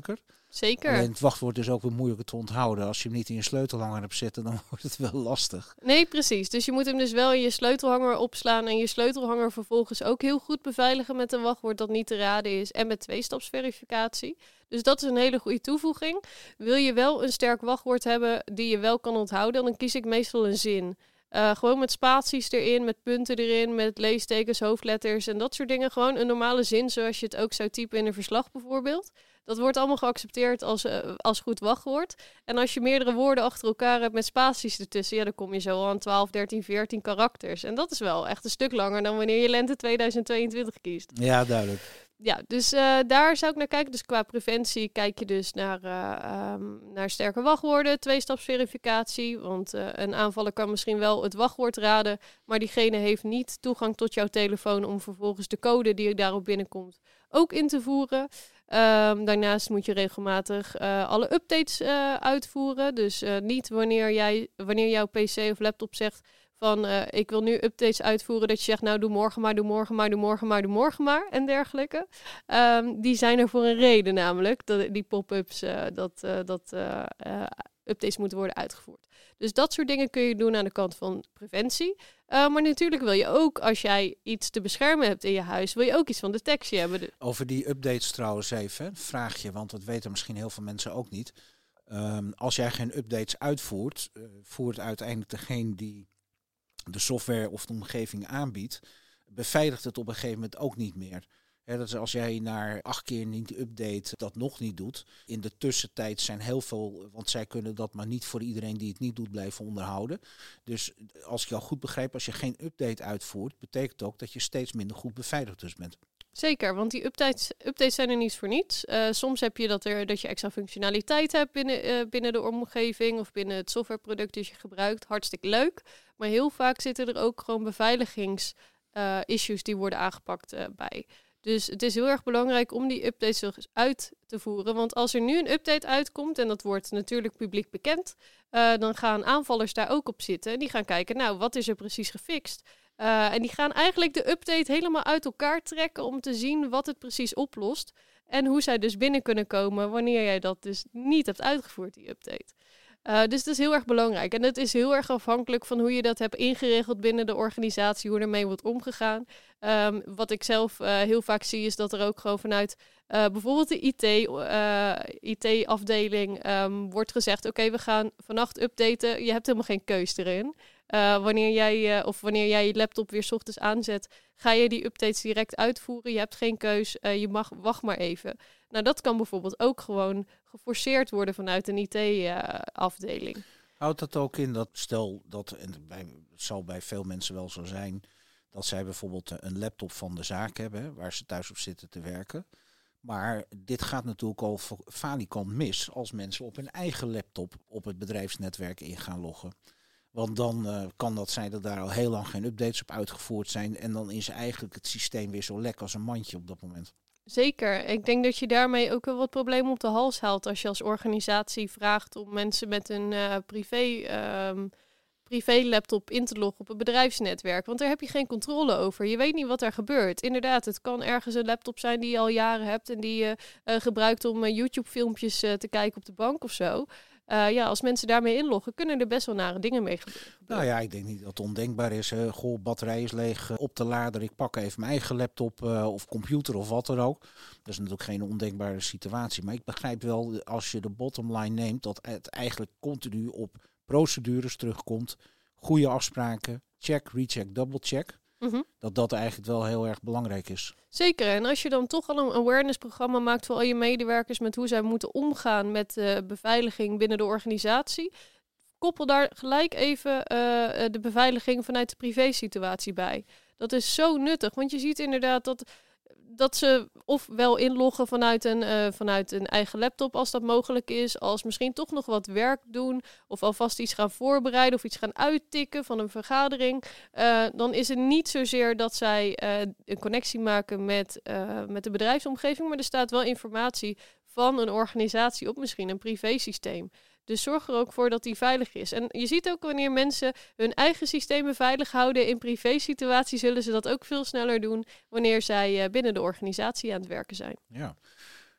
Zeker. Alleen het wachtwoord is ook weer moeilijker te onthouden. Als je hem niet in je sleutelhanger hebt zitten, dan wordt het wel lastig. Nee, precies. Dus je moet hem dus wel in je sleutelhanger opslaan en je sleutelhanger vervolgens ook heel goed beveiligen met een wachtwoord dat niet te raden is en met tweestapsverificatie. Dus dat is een hele goede toevoeging. Wil je wel een sterk wachtwoord hebben die je wel kan onthouden, dan kies ik meestal een zin. Uh, gewoon met spaties erin, met punten erin, met leestekens, hoofdletters en dat soort dingen. Gewoon een normale zin zoals je het ook zou typen in een verslag bijvoorbeeld. Dat wordt allemaal geaccepteerd als, uh, als goed wachtwoord. En als je meerdere woorden achter elkaar hebt met spaties ertussen, ja, dan kom je zo aan twaalf, dertien, veertien karakters. En dat is wel echt een stuk langer dan wanneer je lente tweeduizend tweeëntwintig kiest. Ja, duidelijk. Ja, dus uh, daar zou ik naar kijken. Dus qua preventie kijk je dus naar, uh, um, naar sterke wachtwoorden, tweestapsverificatie. Want uh, een aanvaller kan misschien wel het wachtwoord raden, maar diegene heeft niet toegang tot jouw telefoon om vervolgens de code die daarop binnenkomt ook in te voeren. Um, daarnaast moet je regelmatig uh, alle updates uh, uitvoeren. Dus uh, niet wanneer, jij, wanneer jouw P C of laptop zegt van uh, ik wil nu updates uitvoeren, dat je zegt nou doe morgen maar, doe morgen maar, doe morgen maar, doe morgen maar en dergelijke. Um, die zijn er voor een reden namelijk, dat, die pop-ups, uh, dat, uh, dat uh, uh, updates moeten worden uitgevoerd. Dus dat soort dingen kun je doen aan de kant van preventie. Uh, maar natuurlijk wil je ook, als jij iets te beschermen hebt in je huis, wil je ook iets van detectie hebben. Over die updates trouwens even, een vraagje, want dat weten misschien heel veel mensen ook niet. Um, als jij geen updates uitvoert, uh, voert uiteindelijk degene die de software of de omgeving aanbiedt, beveiligt het op een gegeven moment ook niet meer. He, dat is als jij naar acht keer niet update dat nog niet doet. In de tussentijd zijn heel veel, want zij kunnen dat maar niet voor iedereen die het niet doet blijven onderhouden. Dus als ik jou goed begrijp, als je geen update uitvoert, betekent ook dat je steeds minder goed beveiligd dus bent. Zeker, want die updates, updates zijn er niet voor niets. Uh, soms heb je dat, er, dat je extra functionaliteit hebt binnen, uh, binnen de omgeving of binnen het softwareproduct dat je gebruikt. Hartstikke leuk. Maar heel vaak zitten er ook gewoon beveiligings uh, issues die worden aangepakt uh, bij. Dus het is heel erg belangrijk om die updates dus uit te voeren. Want als er nu een update uitkomt, en dat wordt natuurlijk publiek bekend, uh, dan gaan aanvallers daar ook op zitten. En die gaan kijken, nou, wat is er precies gefixt? Uh, en die gaan eigenlijk de update helemaal uit elkaar trekken om te zien wat het precies oplost. En hoe zij dus binnen kunnen komen wanneer jij dat dus niet hebt uitgevoerd, die update. Uh, dus dat is heel erg belangrijk. En het is heel erg afhankelijk van hoe je dat hebt ingeregeld binnen de organisatie, hoe ermee wordt omgegaan. Um, wat ik zelf uh, heel vaak zie is dat er ook gewoon vanuit uh, bijvoorbeeld de I T, uh, I T-afdeling um, wordt gezegd, oké, okay, we gaan vannacht updaten. Je hebt helemaal geen keus erin. Uh, wanneer jij uh, of wanneer jij je laptop weer 's ochtends aanzet, ga je die updates direct uitvoeren. Je hebt geen keus, uh, je mag wacht maar even. Nou, dat kan bijvoorbeeld ook gewoon geforceerd worden vanuit een I T-afdeling. Uh, Houdt dat ook in dat, stel dat, en bij, het zal bij veel mensen wel zo zijn, dat zij bijvoorbeeld een laptop van de zaak hebben, hè, waar ze thuis op zitten te werken. Maar dit gaat natuurlijk al falikant mis als mensen op hun eigen laptop op het bedrijfsnetwerk in gaan loggen. Want dan uh, kan dat zijn dat daar al heel lang geen updates op uitgevoerd zijn. En dan is eigenlijk het systeem weer zo lek als een mandje op dat moment. Zeker. Ik denk dat je daarmee ook wel wat problemen op de hals haalt als je als organisatie vraagt om mensen met een uh, privé, um, privé laptop in te loggen op het bedrijfsnetwerk. Want daar heb je geen controle over. Je weet niet wat er gebeurt. Inderdaad, het kan ergens een laptop zijn die je al jaren hebt en die je uh, uh, gebruikt om uh, YouTube-filmpjes uh, te kijken op de bank of zo. Uh, ja, als mensen daarmee inloggen, kunnen er best wel nare dingen mee gebeuren. Nou ja, ik denk niet dat het ondenkbaar is. Uh, goh, batterij is leeg, uh, op de lader, ik pak even mijn eigen laptop uh, of computer of wat dan ook. Dat is natuurlijk geen ondenkbare situatie. Maar ik begrijp wel, als je de bottom line neemt, dat het eigenlijk continu op procedures terugkomt. Goede afspraken, check, recheck, double check. Mm-hmm. Dat dat eigenlijk wel heel erg belangrijk is. Zeker. En als je dan toch al een awareness-programma maakt voor al je medewerkers met hoe zij moeten omgaan met uh, beveiliging binnen de organisatie, koppel daar gelijk even uh, de beveiliging vanuit de privésituatie bij. Dat is zo nuttig, want je ziet inderdaad dat, dat ze ofwel inloggen vanuit een, uh, vanuit een eigen laptop als dat mogelijk is, als misschien toch nog wat werk doen of alvast iets gaan voorbereiden of iets gaan uittikken van een vergadering. Uh, dan is het niet zozeer dat zij uh, een connectie maken met, uh, met de bedrijfsomgeving, maar er staat wel informatie van een organisatie op misschien een privésysteem. Dus zorg er ook voor dat die veilig is. En je ziet ook wanneer mensen hun eigen systemen veilig houden in privésituaties, zullen ze dat ook veel sneller doen wanneer zij uh, binnen de organisatie aan het werken zijn. Ja.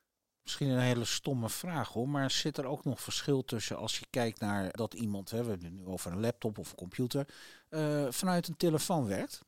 Misschien een hele stomme vraag hoor, maar zit er ook nog verschil tussen als je kijkt naar dat iemand, hè, we hebben het nu over een laptop of een computer, uh, vanuit een telefoon werkt?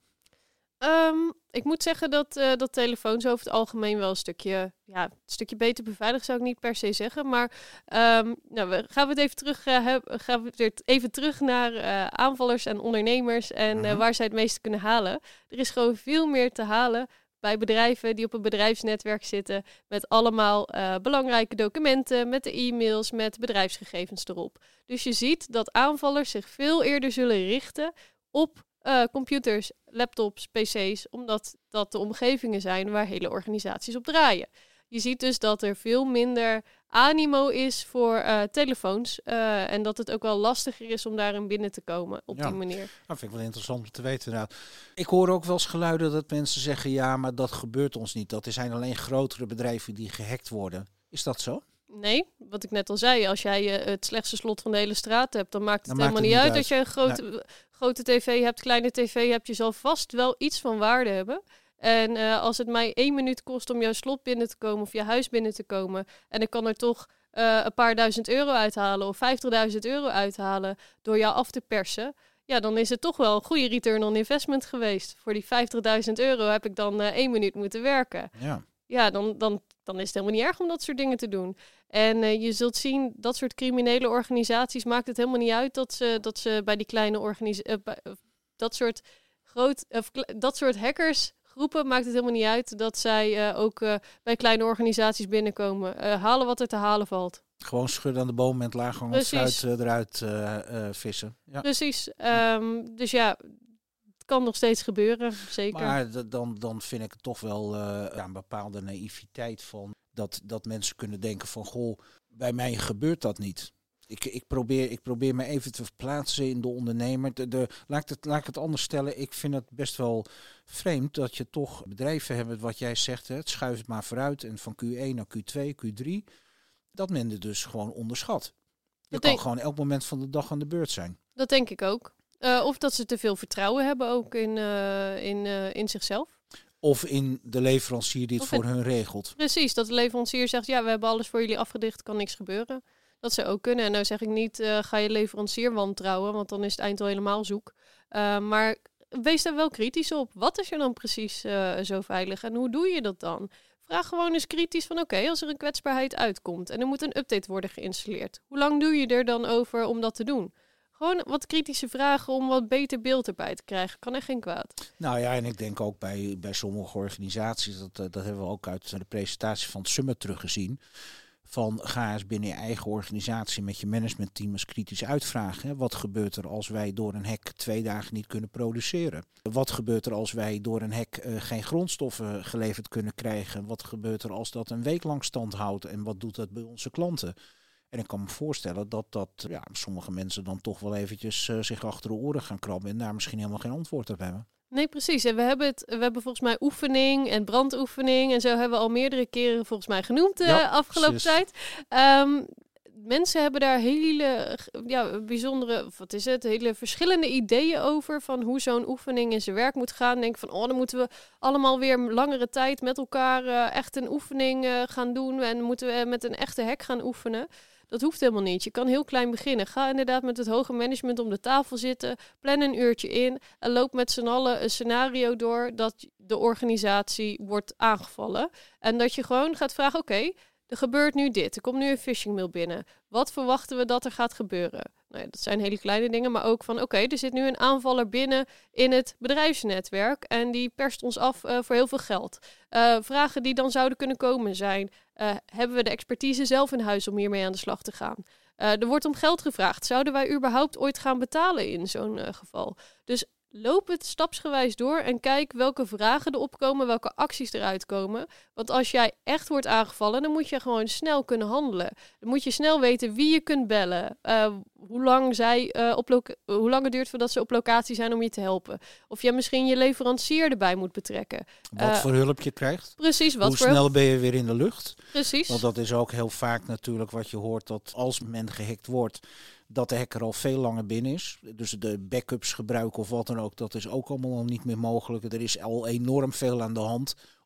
Um, ik moet zeggen dat, uh, dat telefoons over het algemeen wel een stukje, ja, een stukje beter beveiligd zou ik niet per se zeggen. Maar um, nou, we, gaan we het even terug, uh, heb, gaan we weer even terug naar uh, aanvallers en ondernemers en uh, waar zij het meeste kunnen halen. Er is gewoon veel meer te halen bij bedrijven die op een bedrijfsnetwerk zitten met allemaal uh, belangrijke documenten, met de e-mails, met bedrijfsgegevens erop. Dus je ziet dat aanvallers zich veel eerder zullen richten op uh, computers, laptops, pc's, omdat dat de omgevingen zijn waar hele organisaties op draaien. Je ziet dus dat er veel minder animo is voor uh, telefoons uh, en dat het ook wel lastiger is om daarin binnen te komen op ja, die manier. Dat vind ik wel interessant om te weten. Nou, ik hoor ook wel eens geluiden dat mensen zeggen, ja, maar dat gebeurt ons niet. Dat er zijn alleen grotere bedrijven die gehackt worden. Is dat zo? Nee, wat ik net al zei, als jij uh, het slechtste slot van de hele straat hebt, dan maakt het dan helemaal maakt het niet niet uit, uit dat je een grote, nee. grote tv hebt, kleine tv hebt. Je zal vast wel iets van waarde hebben. En uh, als het mij één minuut kost om jouw slot binnen te komen of je huis binnen te komen en ik kan er toch uh, een paar duizend euro uithalen of vijftigduizend euro uithalen door jou af te persen, ja, dan is het toch wel een goede return on investment geweest. Voor die vijftigduizend euro heb ik dan uh, één minuut moeten werken. Ja, ja dan, dan, dan is het helemaal niet erg om dat soort dingen te doen. En uh, je zult zien, dat soort criminele organisaties maakt het helemaal niet uit dat ze, dat ze bij die kleine organisaties, uh, uh, dat soort groot, uh, dat soort hackers groepen maakt het helemaal niet uit dat zij uh, ook uh, bij kleine organisaties binnenkomen. Uh, halen wat er te halen valt. Gewoon schudden aan de boom met laaghangend fruit uh, eruit uh, uh, vissen. Ja. Precies. Um, dus ja, het kan nog steeds gebeuren, zeker. Maar d- dan, dan vind ik het toch wel uh, ja, een bepaalde naïviteit van dat, dat mensen kunnen denken van, goh, bij mij gebeurt dat niet. Ik, ik, probeer, ik probeer me even te verplaatsen in de ondernemer. De, de, laat, ik het, laat ik het anders stellen. Ik vind het best wel vreemd dat je toch bedrijven hebt, wat jij zegt, hè, het schuift maar vooruit en van Q één naar Q twee, Q drie, dat men het dus gewoon onderschat. Je dat kan denk, gewoon elk moment van de dag aan de beurt zijn. Dat denk ik ook. Uh, of dat ze te veel vertrouwen hebben ook in, uh, in, uh, in zichzelf. Of in de leverancier die het of voor het, hun regelt. Precies, dat de leverancier zegt, ja, we hebben alles voor jullie afgedicht, kan niks gebeuren. Dat zou ook kunnen. En nou zeg ik niet, uh, ga je leverancier wantrouwen, want dan is het eind al helemaal zoek. Uh, maar wees daar wel kritisch op. Wat is er dan precies uh, zo veilig en hoe doe je dat dan? Vraag gewoon eens kritisch van, oké, okay, als er een kwetsbaarheid uitkomt en er moet een update worden geïnstalleerd. Hoe lang doe je er dan over om dat te doen? Gewoon wat kritische vragen om wat beter beeld erbij te krijgen. Kan echt geen kwaad. Nou ja, en ik denk ook bij, bij sommige organisaties, dat, dat hebben we ook uit de presentatie van het Summit teruggezien, van ga eens binnen je eigen organisatie met je managementteam eens kritisch uitvragen. Hè. Wat gebeurt er als wij door een hack twee dagen niet kunnen produceren? Wat gebeurt er als wij door een hack uh, geen grondstoffen geleverd kunnen krijgen? Wat gebeurt er als dat een week lang stand houdt? En wat doet dat bij onze klanten? En ik kan me voorstellen dat dat ja, sommige mensen dan toch wel eventjes uh, zich achter de oren gaan krabben en daar misschien helemaal geen antwoord op hebben. Nee, precies. En we hebben het, we hebben volgens mij oefening en brandoefening en zo hebben we al meerdere keren volgens mij genoemd de ja, afgelopen precies. tijd. Um, mensen hebben daar hele ja, bijzondere, wat is het, hele verschillende ideeën over van hoe zo'n oefening in zijn werk moet gaan. Denk van, oh, dan moeten we allemaal weer langere tijd met elkaar uh, echt een oefening uh, gaan doen en moeten we met een echte hack gaan oefenen. Dat hoeft helemaal niet. Je kan heel klein beginnen. Ga inderdaad met het hoge management om de tafel zitten. Plan een uurtje in. En loop met z'n allen een scenario door dat de organisatie wordt aangevallen. En dat je gewoon gaat vragen, oké, okay, er gebeurt nu dit. Er komt nu een phishing mail binnen. Wat verwachten we dat er gaat gebeuren? Nou ja, dat zijn hele kleine dingen, maar ook van oké, okay, er zit nu een aanvaller binnen in het bedrijfsnetwerk en die perst ons af uh, voor heel veel geld. Uh, vragen die dan zouden kunnen komen zijn, uh, hebben we de expertise zelf in huis om hiermee aan de slag te gaan? Uh, er wordt om geld gevraagd. Zouden wij überhaupt ooit gaan betalen in zo'n uh, geval? Dus loop het stapsgewijs door en kijk welke vragen er opkomen, welke acties eruit komen. Want als jij echt wordt aangevallen, dan moet je gewoon snel kunnen handelen. Dan moet je snel weten wie je kunt bellen. Uh, hoe, lang zij, uh, op loca- hoe lang het duurt voordat ze op locatie zijn om je te helpen. Of je misschien je leverancier erbij moet betrekken. Wat uh, voor hulp je krijgt. Precies. Wat hoe voor snel ben je weer in de lucht. Precies. Want dat is ook heel vaak natuurlijk wat je hoort, dat als men gehackt wordt, dat de hacker al veel langer binnen is. Dus de backups gebruiken of wat dan ook, dat is ook allemaal niet meer mogelijk. Er is al enorm veel aan de hand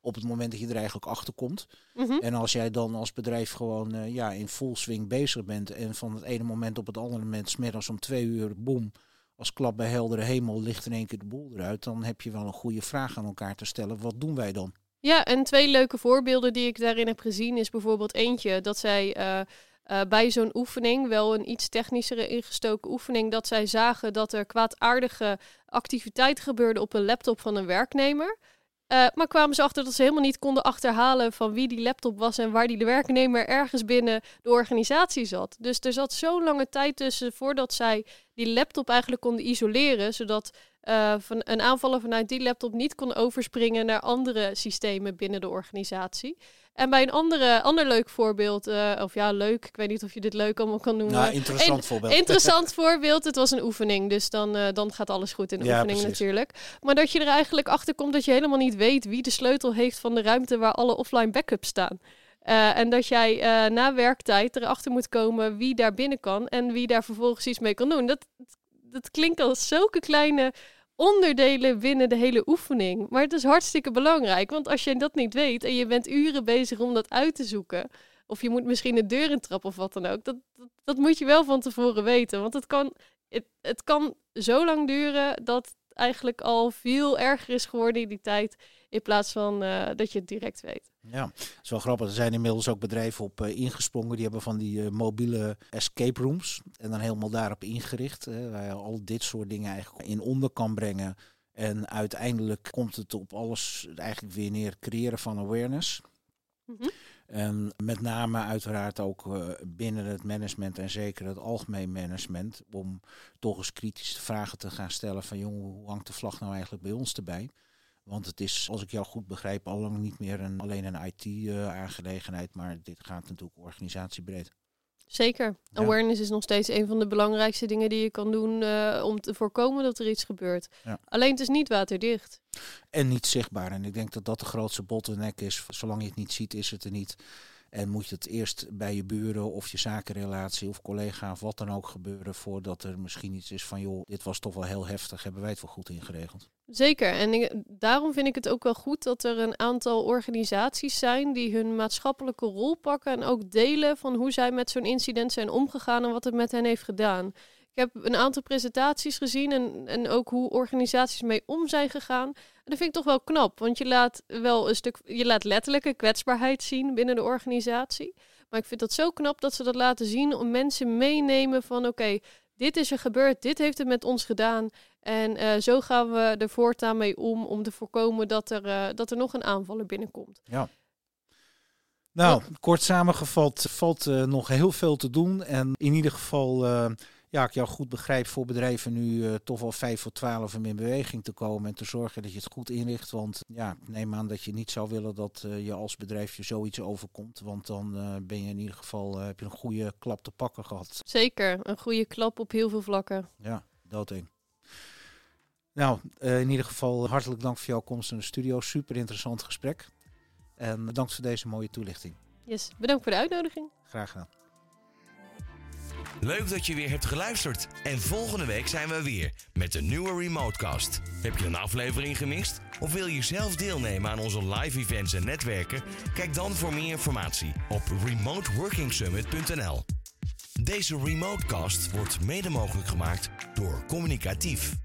op het moment dat je er eigenlijk achter komt. Mm-hmm. En als jij dan als bedrijf gewoon uh, ja, in full swing bezig bent en van het ene moment op het andere moment, 's middags om twee uur, boem, als klap bij heldere hemel ligt in één keer de boel eruit, dan heb je wel een goede vraag aan elkaar te stellen. Wat doen wij dan? Ja, en twee leuke voorbeelden die ik daarin heb gezien is bijvoorbeeld eentje dat zij uh, uh, bij zo'n oefening, wel een iets technischere ingestoken oefening, dat zij zagen dat er kwaadaardige activiteit gebeurde op een laptop van een werknemer. Uh, maar kwamen ze achter dat ze helemaal niet konden achterhalen van wie die laptop was en waar die de werknemer ergens binnen de organisatie zat. Dus er zat zo'n lange tijd tussen voordat zij die laptop eigenlijk konden isoleren, zodat uh, van een aanvaller vanuit die laptop niet kon overspringen naar andere systemen binnen de organisatie. En bij een andere, ander leuk voorbeeld, uh, of ja, leuk, ik weet niet of je dit leuk allemaal kan noemen. Nou, interessant een, voorbeeld. Interessant voorbeeld, het was een oefening, dus dan, uh, dan gaat alles goed in de ja, oefening precies. natuurlijk. Maar dat je er eigenlijk achter komt dat je helemaal niet weet wie de sleutel heeft van de ruimte waar alle offline backups staan. Uh, en dat jij uh, na werktijd erachter moet komen wie daar binnen kan en wie daar vervolgens iets mee kan doen. Dat, dat klinkt als zulke kleine onderdelen binnen de hele oefening. Maar het is hartstikke belangrijk, want als je dat niet weet en je bent uren bezig om dat uit te zoeken, of je moet misschien de deur intrappen of wat dan ook, dat, dat, dat moet je wel van tevoren weten. Want het kan, het, het kan zo lang duren dat het eigenlijk al veel erger is geworden in die tijd, in plaats van uh, dat je het direct weet. Ja, het is wel grappig. Er zijn inmiddels ook bedrijven op uh, ingesprongen. Die hebben van die uh, mobiele escape rooms. En dan helemaal daarop ingericht. Uh, waar je al dit soort dingen eigenlijk in onder kan brengen. En uiteindelijk komt het op alles eigenlijk weer neer. Creëren van awareness. Mm-hmm. En met name uiteraard ook uh, binnen het management en zeker het algemeen management. Om toch eens kritische vragen te gaan stellen van jongen, hoe hangt de vlag nou eigenlijk bij ons erbij? Want het is, als ik jou goed begrijp, al lang niet meer een, alleen een I T-aangelegenheid, uh, maar dit gaat natuurlijk organisatiebreed. Zeker. Ja. Awareness is nog steeds een van de belangrijkste dingen die je kan doen uh, om te voorkomen dat er iets gebeurt. Ja. Alleen het is niet waterdicht. En niet zichtbaar. En ik denk dat dat de grootste bottleneck is. Zolang je het niet ziet, is het er niet. En moet je het eerst bij je buren of je zakenrelatie of collega of wat dan ook gebeuren voordat er misschien iets is van joh, dit was toch wel heel heftig, hebben wij het wel goed ingeregeld. Zeker. En ik, daarom vind ik het ook wel goed dat er een aantal organisaties zijn die hun maatschappelijke rol pakken en ook delen van hoe zij met zo'n incident zijn omgegaan en wat het met hen heeft gedaan. Ik heb een aantal presentaties gezien en, en ook hoe organisaties mee om zijn gegaan. En dat vind ik toch wel knap, want je laat wel een stuk, je laat letterlijke kwetsbaarheid zien binnen de organisatie. Maar ik vind dat zo knap dat ze dat laten zien om mensen meenemen van oké, okay, dit is er gebeurd, dit heeft het met ons gedaan. En uh, zo gaan we er voortaan mee om, om te voorkomen dat er, uh, dat er nog een aanvaller binnenkomt. Ja. Nou, ja. Kort samengevat valt uh, nog heel veel te doen. En in ieder geval, uh, ja, ik jou goed begrijp, voor bedrijven nu uh, toch wel vijf voor twaalf om in beweging te komen en te zorgen dat je het goed inricht. Want ja, ik neem aan dat je niet zou willen dat uh, je als bedrijf je zoiets overkomt. Want dan uh, ben je in ieder geval, uh, heb je een goede klap te pakken gehad. Zeker, een goede klap op heel veel vlakken. Ja, doodeng. Nou, uh, in ieder geval hartelijk dank voor jouw komst in de studio. Super interessant gesprek. En bedankt voor deze mooie toelichting. Yes, bedankt voor de uitnodiging. Graag gedaan. Leuk dat je weer hebt geluisterd. En volgende week zijn we weer met een nieuwe Remotecast. Heb je een aflevering gemist? Of wil je zelf deelnemen aan onze live events en netwerken? Kijk dan voor meer informatie op remote working summit punt n l. Deze Remotecast wordt mede mogelijk gemaakt door Communicatief.